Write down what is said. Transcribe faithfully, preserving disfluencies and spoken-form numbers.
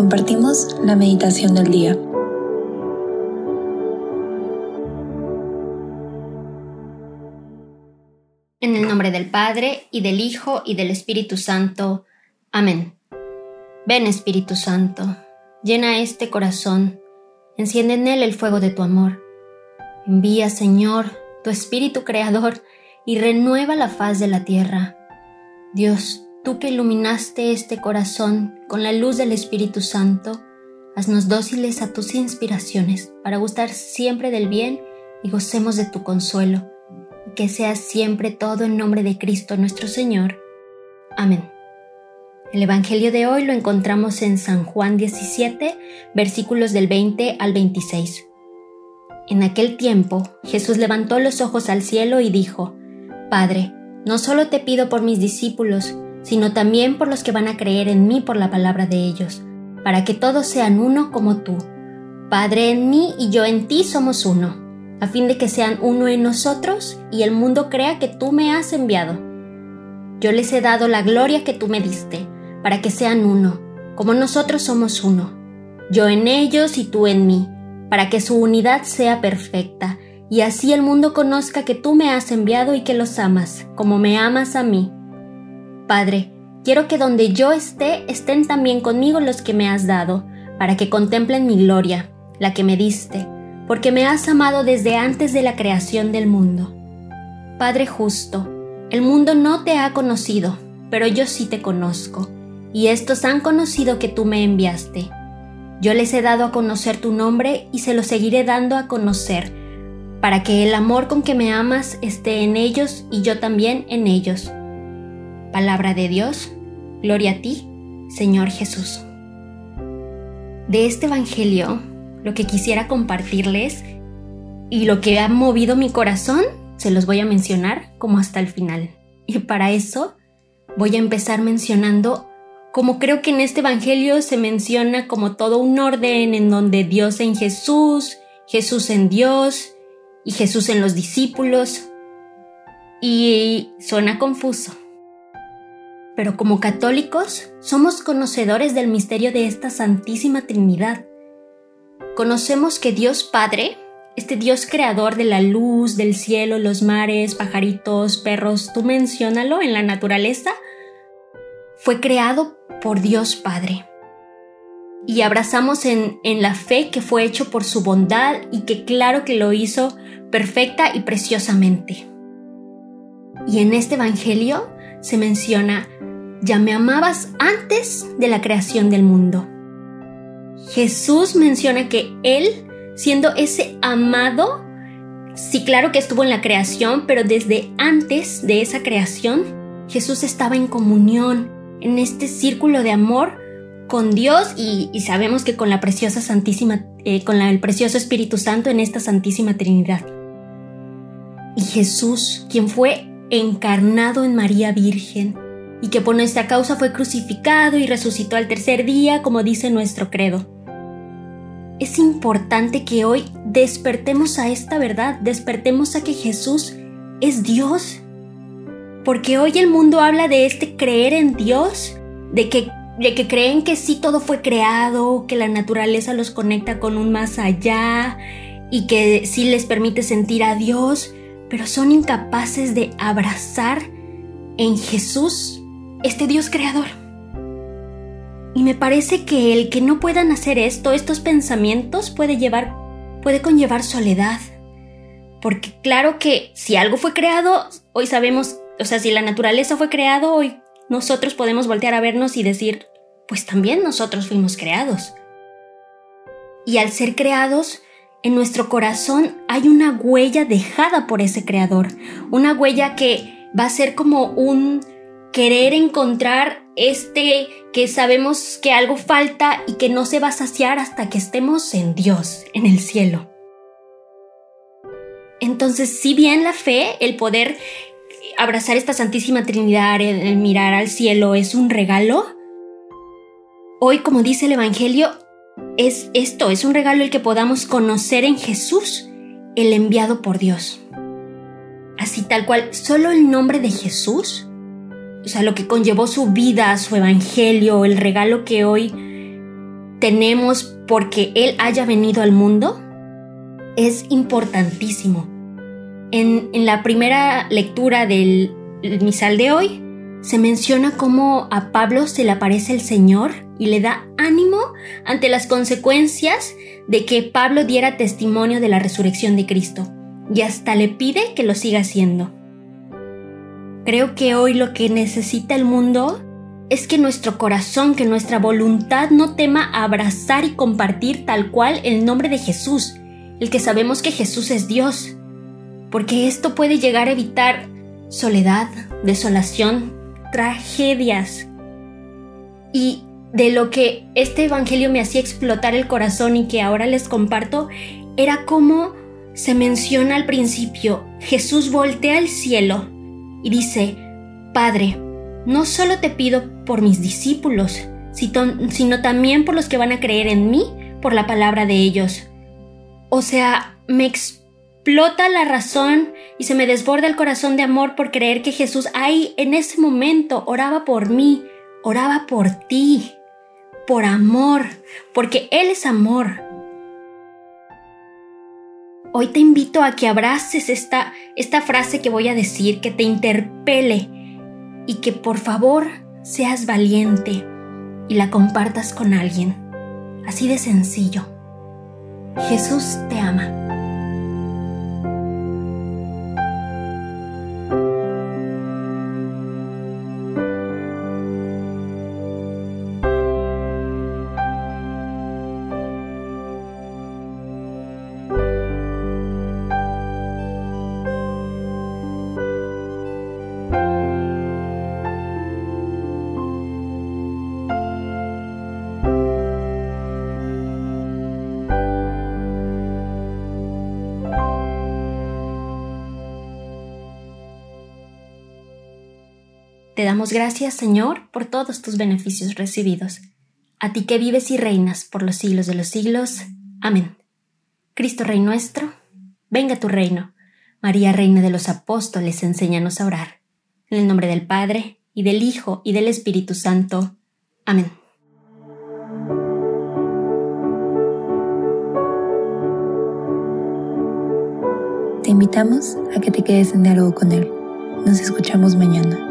compartimos la meditación del día. En el nombre del Padre, y del Hijo, y del Espíritu Santo. Amén. Ven, Espíritu Santo, llena este corazón, enciende en él el fuego de tu amor. Envía, Señor, tu Espíritu Creador, y renueva la faz de la tierra. Dios, tú que iluminaste este corazón con la luz del Espíritu Santo, haznos dóciles a tus inspiraciones, para gustar siempre del bien y gocemos de tu consuelo. Que sea siempre todo en nombre de Cristo nuestro Señor. Amén. El Evangelio de hoy lo encontramos en San Juan diecisiete, versículos del veinte al veintiséis. En aquel tiempo, Jesús levantó los ojos al cielo y dijo: Padre, no solo te pido por mis discípulos, sino también por los que van a creer en mí por la palabra de ellos, para que todos sean uno como tú. Padre en mí y yo en ti somos uno, a fin de que sean uno en nosotros y el mundo crea que tú me has enviado. Yo les he dado la gloria que tú me diste, para que sean uno, como nosotros somos uno. Yo en ellos y tú en mí, para que su unidad sea perfecta, y así el mundo conozca que tú me has enviado y que los amas, como me amas a mí. Padre, quiero que donde yo esté, estén también conmigo los que me has dado, para que contemplen mi gloria, la que me diste, porque me has amado desde antes de la creación del mundo. Padre justo, el mundo no te ha conocido, pero yo sí te conozco, y estos han conocido que tú me enviaste. Yo les he dado a conocer tu nombre y se lo seguiré dando a conocer, para que el amor con que me amas esté en ellos y yo también en ellos. Palabra de Dios, gloria a ti, Señor Jesús. De este Evangelio, lo que quisiera compartirles y lo que ha movido mi corazón, se los voy a mencionar como hasta el final. Y para eso voy a empezar mencionando como creo que en este Evangelio se menciona como todo un orden en donde Dios en Jesús, Jesús en Dios y Jesús en los discípulos. Y suena confuso. Pero como católicos somos conocedores del misterio de esta Santísima Trinidad. Conocemos que Dios Padre, este Dios creador de la luz, del cielo, los mares, pajaritos, perros, tú menciónalo en la naturaleza, fue creado por Dios Padre. Y abrazamos en, en la fe que fue hecho por su bondad y que claro que lo hizo perfecta y preciosamente. Y en este Evangelio se menciona: ya me amabas antes de la creación del mundo. Jesús menciona que Él, siendo ese amado, sí, claro que estuvo en la creación, pero desde antes de esa creación, Jesús estaba en comunión, en este círculo de amor con Dios y, y sabemos que con la preciosa Santísima, eh, con la, el precioso Espíritu Santo en esta Santísima Trinidad. Y Jesús, quien fue encarnado en María Virgen, y que por nuestra causa fue crucificado y resucitó al tercer día, como dice nuestro credo. Es importante que hoy despertemos a esta verdad, despertemos a que Jesús es Dios. Porque hoy el mundo habla de este creer en Dios, de que, de que creen que sí todo fue creado, que la naturaleza los conecta con un más allá y que sí les permite sentir a Dios, pero son incapaces de abrazar en Jesús este Dios creador. Y me parece que el que no puedan hacer esto, estos pensamientos, puede llevar, puede conllevar soledad. Porque claro que si algo fue creado, hoy sabemos, o sea, si la naturaleza fue creado, hoy nosotros podemos voltear a vernos y decir, pues también nosotros fuimos creados. Y al ser creados, en nuestro corazón hay una huella dejada por ese creador, una huella que va a ser como un querer encontrar este que sabemos que algo falta y que no se va a saciar hasta que estemos en Dios, en el cielo. Entonces, si bien la fe, el poder abrazar esta Santísima Trinidad, el, el mirar al cielo es un regalo, hoy, como dice el Evangelio, es esto, es un regalo el que podamos conocer en Jesús, el enviado por Dios. Así tal cual, solo el nombre de Jesús, o sea, lo que conllevó su vida, su evangelio, el regalo que hoy tenemos porque Él haya venido al mundo es importantísimo. En, en la primera lectura del misal de hoy se menciona cómo a Pablo se le aparece el Señor y le da ánimo ante las consecuencias de que Pablo diera testimonio de la resurrección de Cristo, y hasta le pide que lo siga haciendo. Creo que hoy lo que necesita el mundo es que nuestro corazón, que nuestra voluntad no tema abrazar y compartir tal cual el nombre de Jesús, el que sabemos que Jesús es Dios, porque esto puede llegar a evitar soledad, desolación, tragedias. Y de lo que este evangelio me hacía explotar el corazón y que ahora les comparto, era como se menciona al principio, Jesús voltea al cielo y dice: Padre, no solo te pido por mis discípulos, sino también por los que van a creer en mí por la palabra de ellos. O sea, me explota la razón y se me desborda el corazón de amor por creer que Jesús ahí en ese momento oraba por mí, oraba por ti, por amor, porque Él es amor. Hoy te invito a que abraces esta, esta frase que voy a decir, que te interpele y que por favor seas valiente y la compartas con alguien. Así de sencillo. Jesús te ama. Te damos gracias, Señor, por todos tus beneficios recibidos. A ti que vives y reinas por los siglos de los siglos. Amén. Cristo Rey nuestro, venga tu reino. María, Reina de los Apóstoles, enséñanos a orar. En el nombre del Padre, y del Hijo, y del Espíritu Santo. Amén. Te invitamos a que te quedes en diálogo con Él. Nos escuchamos mañana.